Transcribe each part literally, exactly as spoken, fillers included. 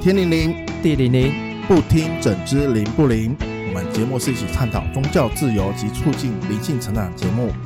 天灵灵， 地灵灵， 不听整之灵不灵。我们节目是一起探讨宗教自由及促进灵性成长的节目。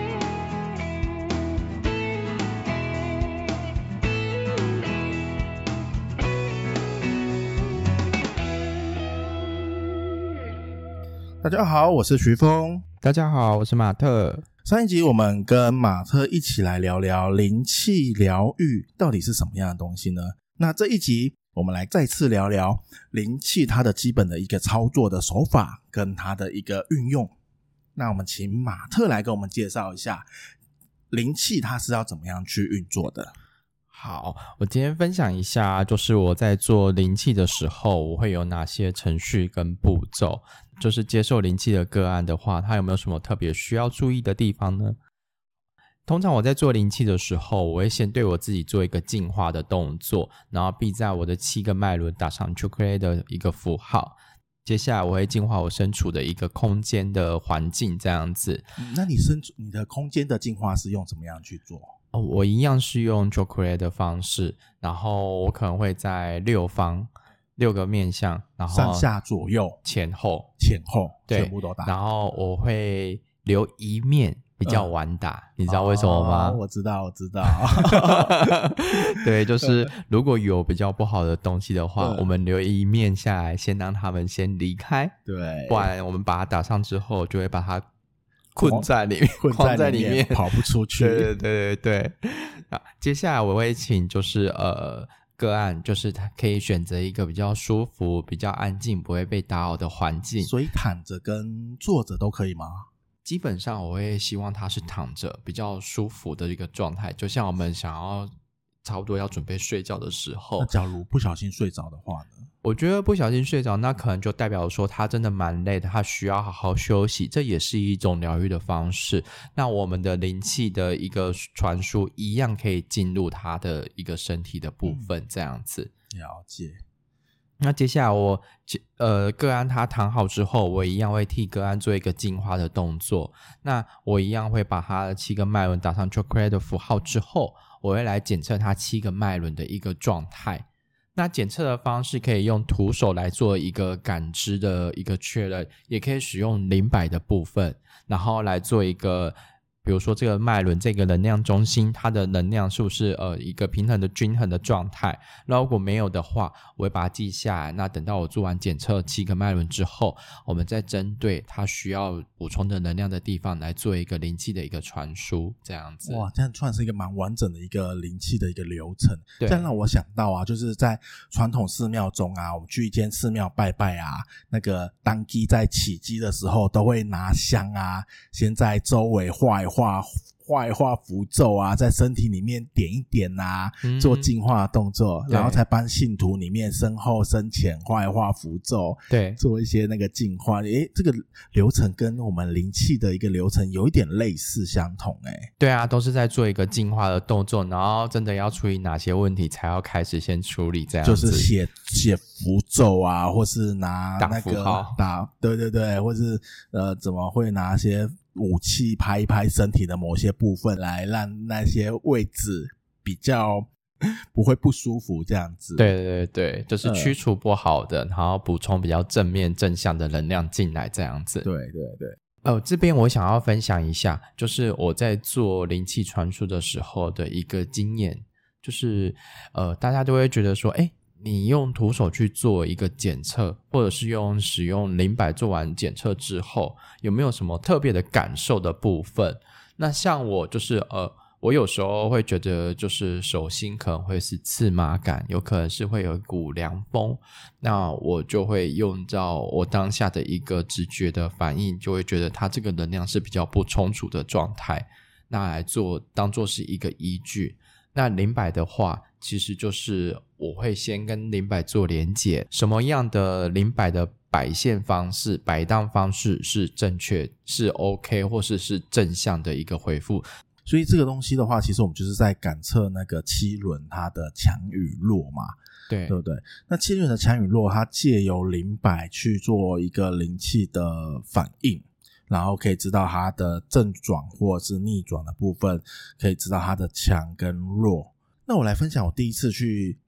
大家好，我是徐峰。 大家好，我是马特。 上一集我们跟马特一起来聊聊灵气疗愈到底是什么样的东西呢？那这一集我们来再次聊聊灵气它的基本的一个操作的手法跟它的一个运用。那我们请马特来跟我们介绍一下灵气它是要怎么样去运作的。 好，我今天分享一下就是我在做灵气的时候我会有哪些程序跟步骤，就是接受灵气的个案的话，它有没有什么特别需要注意的地方呢？通常我在做灵气的时候，我会先对我自己做一个净化的动作，然后并在我的七个脉轮打上 Chocolate 的一个符号。接下来我会净化我身处的一个空间的环境，这样子。 嗯、那你身处你的空间的净化是用怎么样去做？ 哦，我一样是用 Chocolate 的方式，然后我可能会在六方六个面向，然后上下左右前后前后对全部都打， 然后我会留一面比较晚打、嗯、你知道为什么吗？ 哦、我知道我知道对，就是如果有比较不好的东西的话，我们留一面下来先让他们先离开， 对， 不然我们把它打上之后就会把它困在里面， 困在里面， 在里面跑不出去。 对对对对对。啊，接下来我会请就是呃个案，就是他可以选择一个比较舒服、比较安静、不会被打扰的环境。 所以躺着跟坐着都可以吗？ 基本上我会希望他是躺着，比较舒服的一个状态，就像我们想要差不多要准备睡觉的时候。 那假如不小心睡着的话呢？ 我觉得不小心睡着，那可能就代表说他真的蛮累的，他需要好好休息，这也是一种疗愈的方式。那我们的灵气的一个传输一样可以进入他的一个身体的部分，这样子。 嗯、了解。 那接下来我呃个案他躺好之后，我一样会替个案做一个净化的动作。那我一样会把他的七个脉轮打上 Chocolate 的符号之后，我会来检测他七个脉轮的一个状态。那检测的方式可以用徒手来做一个感知的一个确认，也可以使用灵摆的部分，然后来做一个比如说这个脉轮这个能量中心它的能量是不是呃一个平衡的均衡的状态，那如果没有的话我会把它记下来。那等到我做完检测七个脉轮之后，我们再针对它需要补充的能量的地方来做一个灵气的一个传输，这样子。 哇，这样算是一个蛮完整的一个灵气的一个流程。 对， 这样让我想到啊，就是在传统寺庙中啊，我们去一间寺庙拜拜啊，那个当机在起机的时候都会拿香啊，先在周围画一画画画一画符咒啊，在身体里面点一点啊、嗯、做净化的动作，然后才帮信徒里面身后身前画一画符咒， 对， 做一些那个净化。诶，这个流程跟我们灵气的一个流程有一点类似相同诶。 对啊，都是在做一个净化的动作，然后真的要处理哪些问题才要开始先处理，这样子就是写写符咒啊，或是拿那个打符号打，对对对，或是呃怎么会拿些武器拍一拍身体的某些部分，来让那些位置比较不会不舒服，这样子。 对对对，就是驱除不好的、呃、然后补充比较正面正向的能量进来，这样子。 对对对。 呃，这边我想要分享一下，就是我在做灵气传输的时候的一个经验，就是呃，大家都会觉得说，诶，你用徒手去做一个检测，或者是用使用灵摆做完检测之后，有没有什么特别的感受的部分？那像我就是呃，我有时候会觉得就是手心可能会是刺麻感，有可能是会有一股凉风，那我就会用到我当下的一个直觉的反应，就会觉得它这个能量是比较不充足的状态，那来做当作是一个依据。那灵摆的话其实就是我会先跟灵摆做连结，什么样的灵摆的摆线方式摆荡方式是正确是 OK 或是是正向的一个回复。 所以这个东西的话，其实我们就是在感测那个七轮它的强与弱嘛， 对对不对？那七轮的强与弱，它借由灵摆去做一个灵气的反应，然后可以知道它的正转或是逆转的部分，可以知道它的强跟弱。那我来分享我第一次去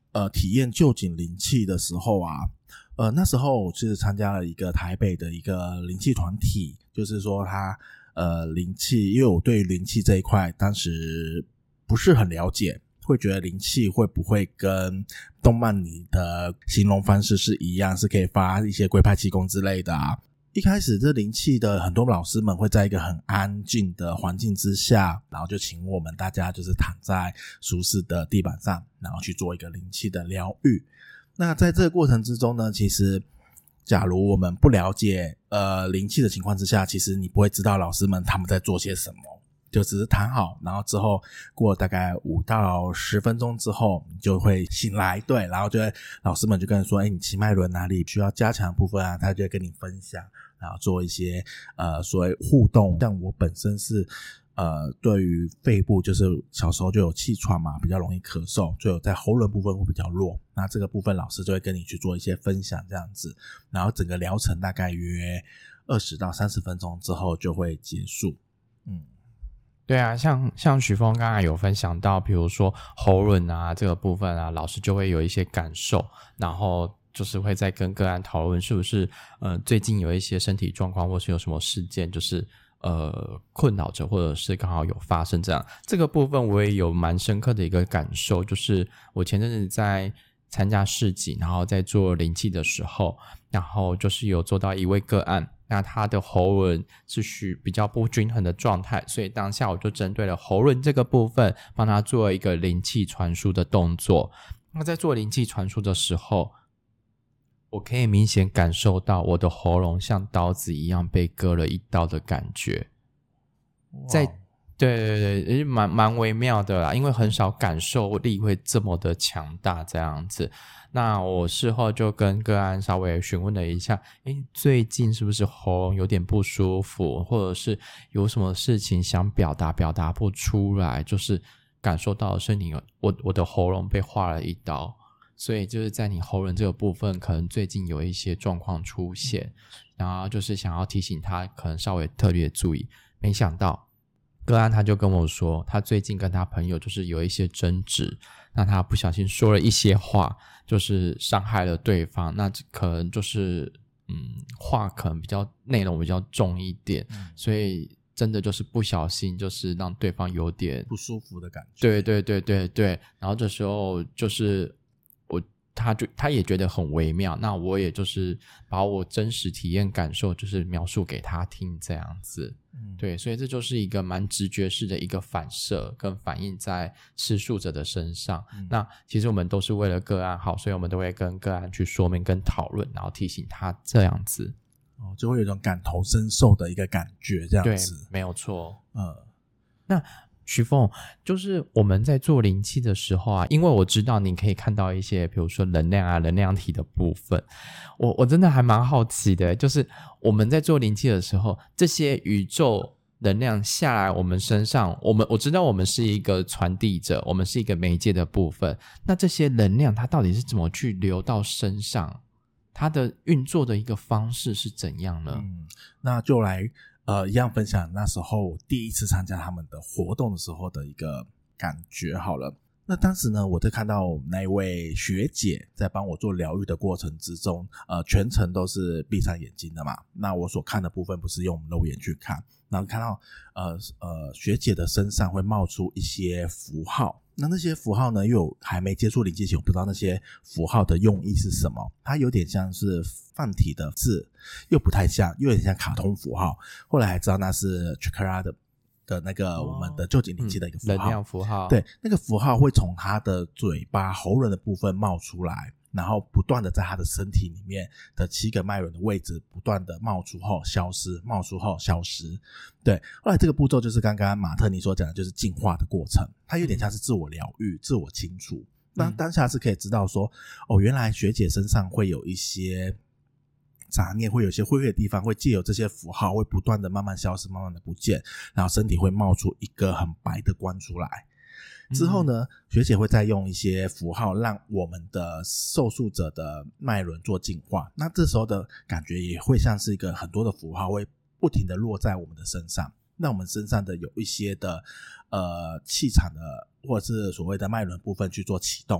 呃体验臼井灵气的时候啊，呃那时候我是参加了一个台北的一个灵气团体，就是说他呃灵气，因为我对灵气这一块当时不是很了解，会觉得灵气会不会跟动漫里的形容方式是一样，是可以发一些龟派气功之类的啊。一开始这灵气的很多老师们会在一个很安静的环境之下，然后就请我们大家就是躺在舒适的地板上，然后去做一个灵气的疗愈。那在这个过程之中呢，其实假如我们不了解呃灵气的情况之下，其实你不会知道老师们他们在做些什么，就只是躺好，然后之后过大概五到十分钟之后你就会醒来，对，然后就会老师们就跟你说，诶，你脐脉轮哪里需要加强的部分啊，他就会跟你分享，然后做一些呃所谓互动。像我本身是呃对于肺部就是小时候就有气喘嘛，比较容易咳嗽，就有在喉咙部分会比较弱，那这个部分老师就会跟你去做一些分享这样子，然后整个疗程大概约二十到三十分钟之后就会结束。嗯， 对啊，像像许峰刚才有分享到，比如说喉咙啊这个部分啊，老师就会有一些感受，然后就是会再跟个案讨论是不是呃最近有一些身体状况，或是有什么事件就是呃困扰着，或者是刚好有发生这样。这个部分我也有蛮深刻的一个感受，就是我前阵子在参加市集，然后在做灵气的时候，然后就是有做到一位个案，那他的喉轮是属比较不均衡的状态，所以当下我就针对了喉轮这个部分帮他做一个灵气传输的动作。那在做灵气传输的时候，我可以明显感受到我的喉咙像刀子一样被割了一刀的感觉。在对对对，蛮蛮微妙的啦，因为很少感受力会这么的强大这样子。那我事后就跟个案稍微询问了一下，诶，最近是不是喉咙有点不舒服，或者是有什么事情想表达表达不出来，就是感受到的是你我我的喉咙被划了一刀，所以就是在你喉咙这个部分可能最近有一些状况出现，然后就是想要提醒他可能稍微特别注意。没想到个案他就跟我说，他最近跟他朋友就是有一些争执，那他不小心说了一些话，就是伤害了对方，那可能就是嗯话可能比较内容比较重一点、嗯、所以真的就是不小心就是让对方有点不舒服的感觉。 对对对对对，然后这时候就是我他就他也觉得很微妙，那我也就是把我真实体验感受就是描述给他听这样子、嗯、对，所以这就是一个蛮直觉式的一个反射跟反映在施术者的身上、嗯、那其实我们都是为了个案好，所以我们都会跟个案去说明跟讨论，然后提醒他这样子哦，就会有一种感同身受的一个感觉这样子。 对，没有错。 嗯， 那徐凤，就是我们在做灵气的时候啊，因为我知道你可以看到一些比如说能量啊能量体的部分，我我真的还蛮好奇的，就是我们在做灵气的时候，这些宇宙能量下来我们身上，我们我知道我们是一个传递者，我们是一个媒介的部分，那这些能量它到底是怎么去流到身上，它的运作的一个方式是怎样呢？ 嗯，那就来呃，一样分享那时候第一次参加他们的活动的时候的一个感觉好了。那当时呢，我在看到那一位学姐在帮我做疗愈的过程之中，呃，全程都是闭上眼睛的嘛。那我所看的部分不是用肉眼去看，然后看到呃呃学姐的身上会冒出一些符号。那那些符号呢，因为我还没接触灵气前，我不知道那些符号的用意是什么。它有点像是泛体的字，又不太像，又有点像卡通符号。后来还知道那是 Chakra 的的那个我们的臼井灵气的一个符号、 嗯、能量符号。 对，那个符号会从他的嘴巴喉咙的部分冒出来，然后不断的在他的身体里面的七个脉轮的位置不断的冒出后消失，冒出后消失。对，后来这个步骤就是刚刚马特尼所讲的，就是进化的过程，它有点像是自我疗愈、自我清除。那当下是可以知道说，哦，原来学姐身上会有一些杂念，会有一些灰灰的地方，会借由这些符号会不断的慢慢消失，慢慢的不见，然后身体会冒出一个很白的光出来。之后呢，学姐会再用一些符号让我们的受术者的脉轮做净化，那这时候的感觉也会像是一个很多的符号会不停的落在我们的身上，让我们身上的有一些的呃气场的或者是所谓的脉轮部分去做启动。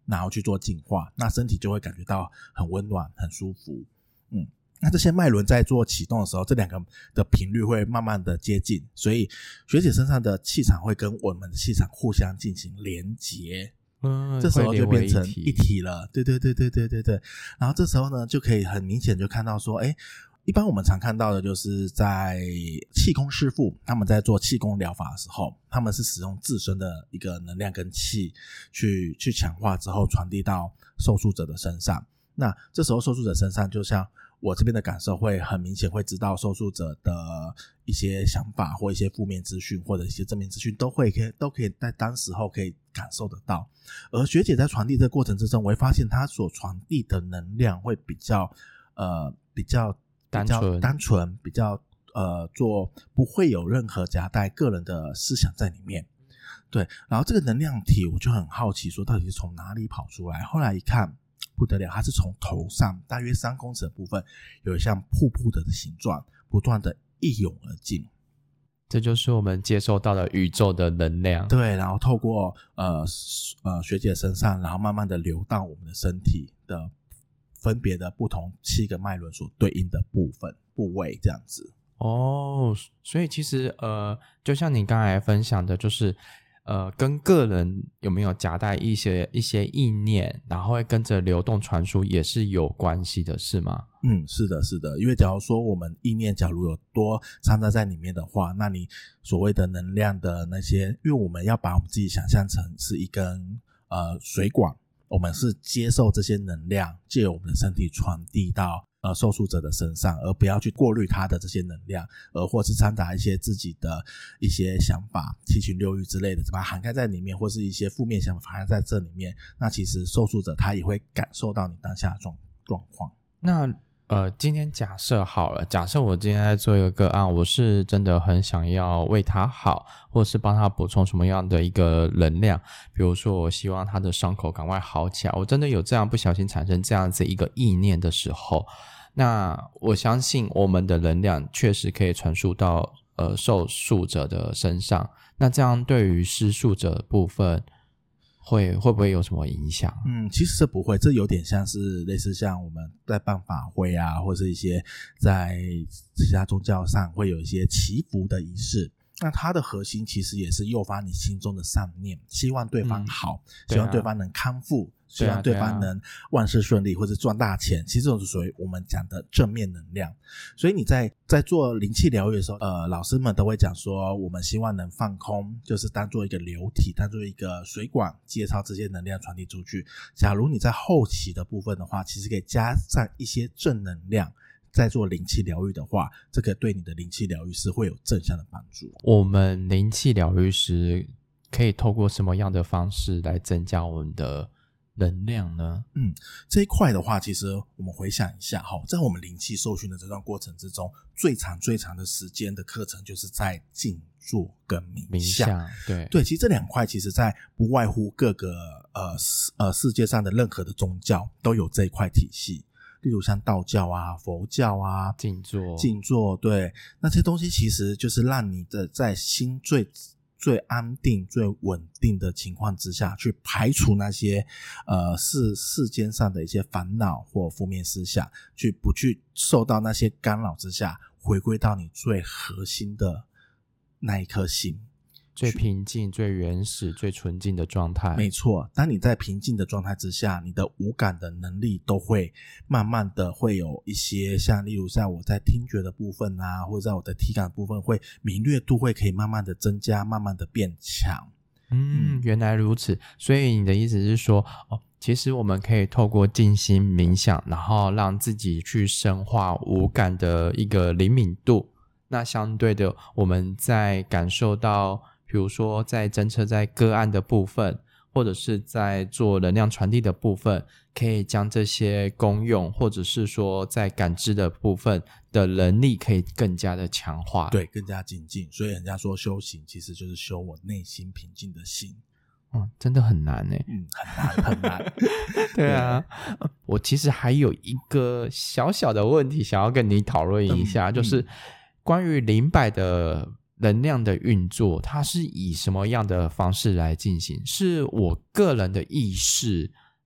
然后去做净化，那身体就会感觉到很温暖很舒服。嗯，那这些脉轮在做启动的时候，这两个的频率会慢慢的接近，所以学姐身上的气场会跟我们的气场互相进行连结。 嗯， 这时候就变成一体一体了。对对对对对对对。然后这时候呢，就可以很明显就看到说，诶，一般我们常看到的就是在气功师傅他们在做气功疗法的时候，他们是使用自身的一个能量跟气去去强化之后传递到受术者的身上。那这时候受术者身上，就像我这边的感受会很明显，会知道受术者的一些想法或一些负面资讯或者一些正面资讯都会可以都可以在当时候可以感受得到。而学姐在传递这个过程之中，我会发现她所传递的能量会比较呃比较比较单纯，比较呃做不会有任何夹带个人的思想在里面。对，然后这个能量体我就很好奇说到底是从哪里跑出来，后来一看不得了，它是从头上大约三公尺的部分有像瀑布的形状不断的一涌而进。 这就是我们接受到的宇宙的能量。 对，然后透过呃呃学姐身上，然后慢慢的流到我们的身体的分别的不同七个脉轮所对应的部分部位这样子。 哦，所以其实呃就像你刚才分享的，就是呃，跟个人有没有夹带一些一些意念，然后会跟着流动传输也是有关系的，是吗？ 嗯，是的，是的。因为假如说我们意念假如有多掺杂在里面的话，那你所谓的能量的那些，因为我们要把我们自己想象成是一根呃水管，我们是接受这些能量，借由我们的身体传递到呃受术者的身上，而不要去过滤他的这些能量，而或是掺杂一些自己的一些想法七情六欲之类的把它涵盖在里面，或是一些负面想法涵盖在这里面，那其实受术者他也会感受到你当下的状状况。 那呃，今天假设好了，假设我今天在做一个个案，我是真的很想要为他好，或是帮他补充什么样的一个能量，比如说我希望他的伤口赶快好起来，我真的有这样不小心产生这样子一个意念的时候，那我相信我们的能量确实可以传输到呃受术者的身上，那这样对于施术者的部分会会不会有什么影响？ 嗯，其实这不会，这有点像是类似像我们在办法会啊，或是一些在其他宗教上会有一些祈福的仪式。那它的核心其实也是诱发你心中的善念，希望对方好，嗯啊、希望对方能康复，希望对方能万事顺利或者赚大钱，其实这种是属于我们讲的正面能量。所以你在在做灵气疗愈的时候，呃，老师们都会讲说，我们希望能放空，就是当做一个流体，当做一个水管，接超这些能量传递出去。假如你在后期的部分的话，其实可以加上一些正能量，在做灵气疗愈的话，这个对你的灵气疗愈师会有正向的帮助。 我们灵气疗愈师可以透过什么样的方式来增加我们的能量呢？嗯， 这一块的话，其实我们回想一下，在我们灵气受训的这段过程之中，最长最长的时间的课程就是在静坐跟冥想。 冥想，对对，其实这两块其实在不外乎各个呃呃世界上的任何的宗教都有这一块体系。例如像道教啊、佛教啊， 静坐静坐，对，那这些东西其实就是让你的在心最最安定最稳定的情况之下，去排除那些呃世世间上的一些烦恼或负面思想，去不去受到那些干扰之下，回归到你最核心的那一颗心， 最平静最原始最纯净的状态。 没错，当你在平静的状态之下，你的五感的能力都会慢慢的会有一些，像例如像我在听觉的部分啊，或者在我的体感的部分，会敏锐度会可以慢慢的增加，慢慢的变强。 嗯，原来如此。所以你的意思是说，哦，其实我们可以透过静心冥想，然后让自己去深化五感的一个灵敏度，那相对的我们在感受到比如说在侦测在个案的部分，或者是在做能量传递的部分，可以将这些功用，或者是说在感知的部分的能力可以更加的强化， 对，更加精进。所以人家说修行其实就是修我内心平静的心。 嗯，真的很难耶。 嗯，很难很难对啊，我其实还有一个小小的问题想要跟你讨论一下，嗯、就是关于灵摆的能量的运作，它是以什么样的方式来进行？是我个人的意识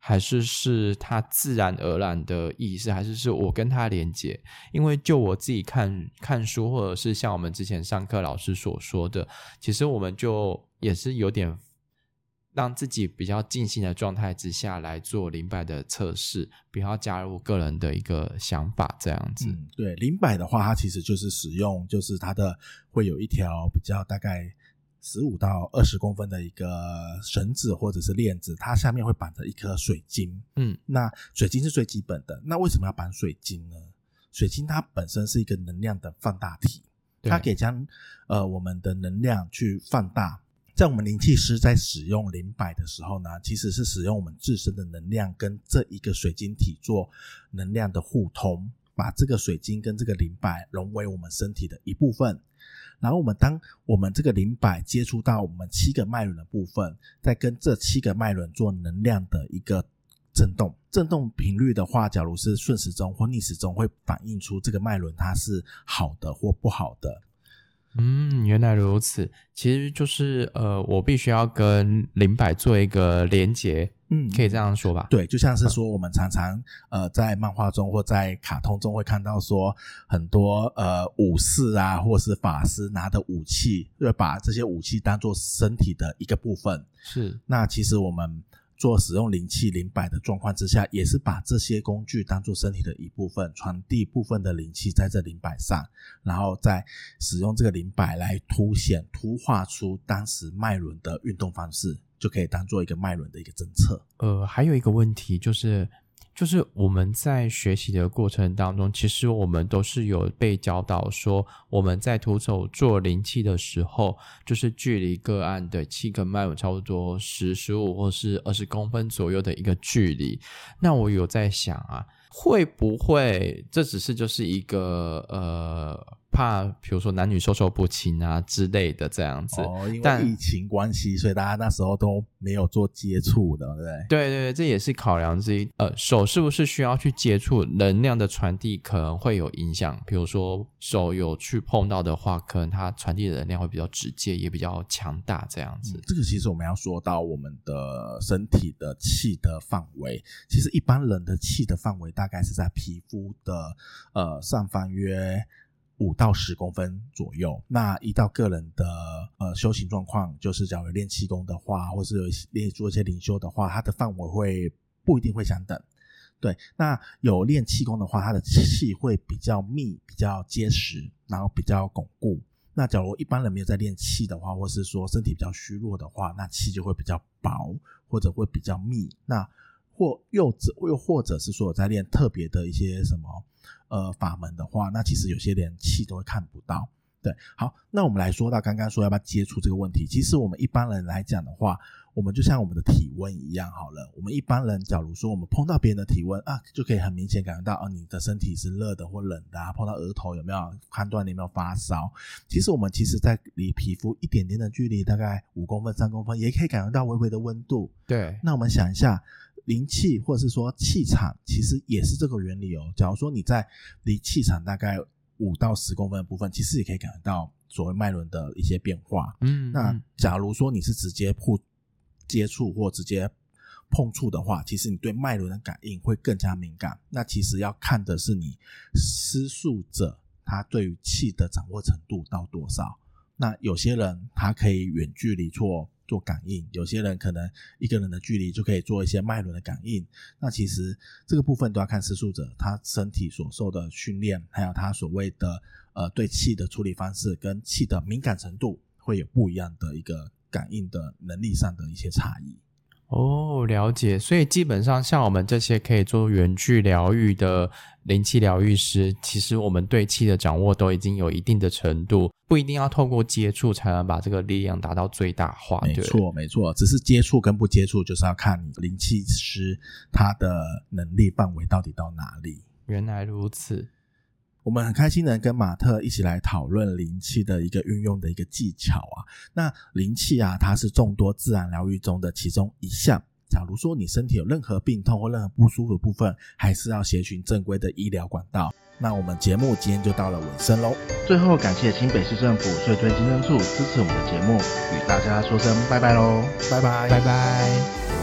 还是是它自然而然的意识，还是是我跟它连接？因为就我自己看看书，或者是像我们之前上课老师所说的，其实我们就也是有点让自己比较静心的状态之下来做灵摆的测试，不要加入个人的一个想法这样子。 嗯，对，灵摆的话它其实就是使用就是它的会有一条比较大概十五到二十公分的一个绳子或者是链子，它下面会绑着一颗水晶。 嗯， 那水晶是最基本的，那为什么要绑水晶呢？水晶它本身是一个能量的放大体，它可以将呃我们的能量去放大。在我们灵气师在使用灵摆的时候呢，其实是使用我们自身的能量跟这一个水晶体做能量的互通，把这个水晶跟这个灵摆融为我们身体的一部分。然后我们当我们这个灵摆接触到我们七个脉轮的部分，再跟这七个脉轮做能量的一个震动，震动频率的话，假如是顺时钟或逆时钟，会反映出这个脉轮它是好的或不好的。 嗯，原来如此。其实就是呃，我必须要跟灵摆做一个连结，嗯，可以这样说吧？ 对，就像是说我们常常呃在漫画中或在卡通中会看到说很多呃武士啊或是法师拿的武器，会把这些武器当作身体的一个部分。 是， 那其实我们做使用灵气灵摆的状况之下，也是把这些工具当作身体的一部分，传递部分的灵气在这灵摆上，然后再使用这个灵摆来凸显凸画出当时脉轮的运动方式，就可以当做一个脉轮的一个侦测。 呃，还有一个问题就是就是我们在学习的过程当中，其实我们都是有被教导说，我们在徒手做灵气的时候，就是距离个案的七个脉轮差不多十、十五或是二十公分左右的一个距离。那我有在想啊，会不会这只是就是一个呃怕比如说男女授受不亲啊之类的这样子。 哦，因为疫情关系，所以大家那时候都没有做接触的，对不对？ 对对对，这也是考量之一。呃，手是不是需要去接触，能量的传递可能会有影响。比如说手有去碰到的话，可能它传递的能量会比较直接，也比较强大这样子。 嗯，这个其实我们要说到我们的身体的气的范围，其实一般人的气的范围大概是在皮肤的呃上方约五到十公分左右。那依照个人的呃修行状况，就是假如练气功的话，或是有练做一些灵修的话，它的范围会不一定会相等。对，那有练气功的话，它的气会比较密，比较结实，然后比较巩固。那假如一般人没有在练气的话，或是说身体比较虚弱的话，那气就会比较薄，或者会比较密。那或又者又或者是说在练特别的一些什么呃法门的话，那其实有些连气都会看不到。对，好，那我们来说到刚刚说要不要接触这个问题，其实我们一般人来讲的话，我们就像我们的体温一样好了。我们一般人假如说我们碰到别人的体温啊，就可以很明显感觉到哦，你的身体是热的或冷的啊，碰到额头有没有判断你有没有发烧。其实我们其实在离皮肤一点点的距离，大概五公分三公分也可以感觉到微微的温度。 对， 那我们想一下，灵气或者是说气场其实也是这个原理哦。假如说你在离气场大概五到十公分的部分，其实也可以感觉到所谓脉轮的一些变化。嗯，那假如说你是直接碰接触或直接碰触的话，其实你对脉轮的感应会更加敏感。那其实要看的是你施术者他对于气的掌握程度到多少。那有些人他可以远距离做做感应，有些人可能一个人的距离就可以做一些脉轮的感应。那其实这个部分都要看施术者他身体所受的训练，还有他所谓的呃对气的处理方式跟气的敏感程度会有不一样的一个感应的能力上的一些差异。 哦，了解。所以基本上像我们这些可以做远距疗愈的灵气疗愈师，其实我们对气的掌握都已经有一定的程度，不一定要透过接触才能把这个力量达到最大化。 没错没错，只是接触跟不接触就是要看你灵气师他的能力范围到底到哪里。 原来如此。 我们很开心能跟马特一起来讨论灵气的一个运用的一个技巧啊。那灵气啊，它是众多自然疗愈中的其中一项。假如说你身体有任何病痛或任何不舒服的部分，还是要协寻正规的医疗管道。那我们节目今天就到了尾声咯。最后感谢新北市政府税捐金针处支持我们的节目，与大家说声拜拜咯。拜拜拜拜。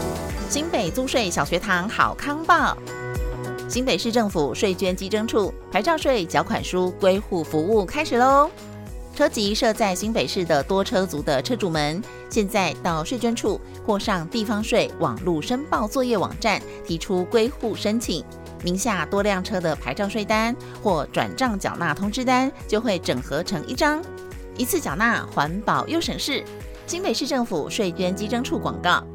新北租税小学堂好康报，新北市政府税捐稽征处牌照税缴款书归户服务开始喽！车籍设在新北市的多车族的车主们，现在到税捐处或上地方税网络申报作业网站提出归户申请，名下多辆车的牌照税单或转账缴纳通知单就会整合成一张，一次缴纳，环保又省事。新北市政府税捐稽征处广告。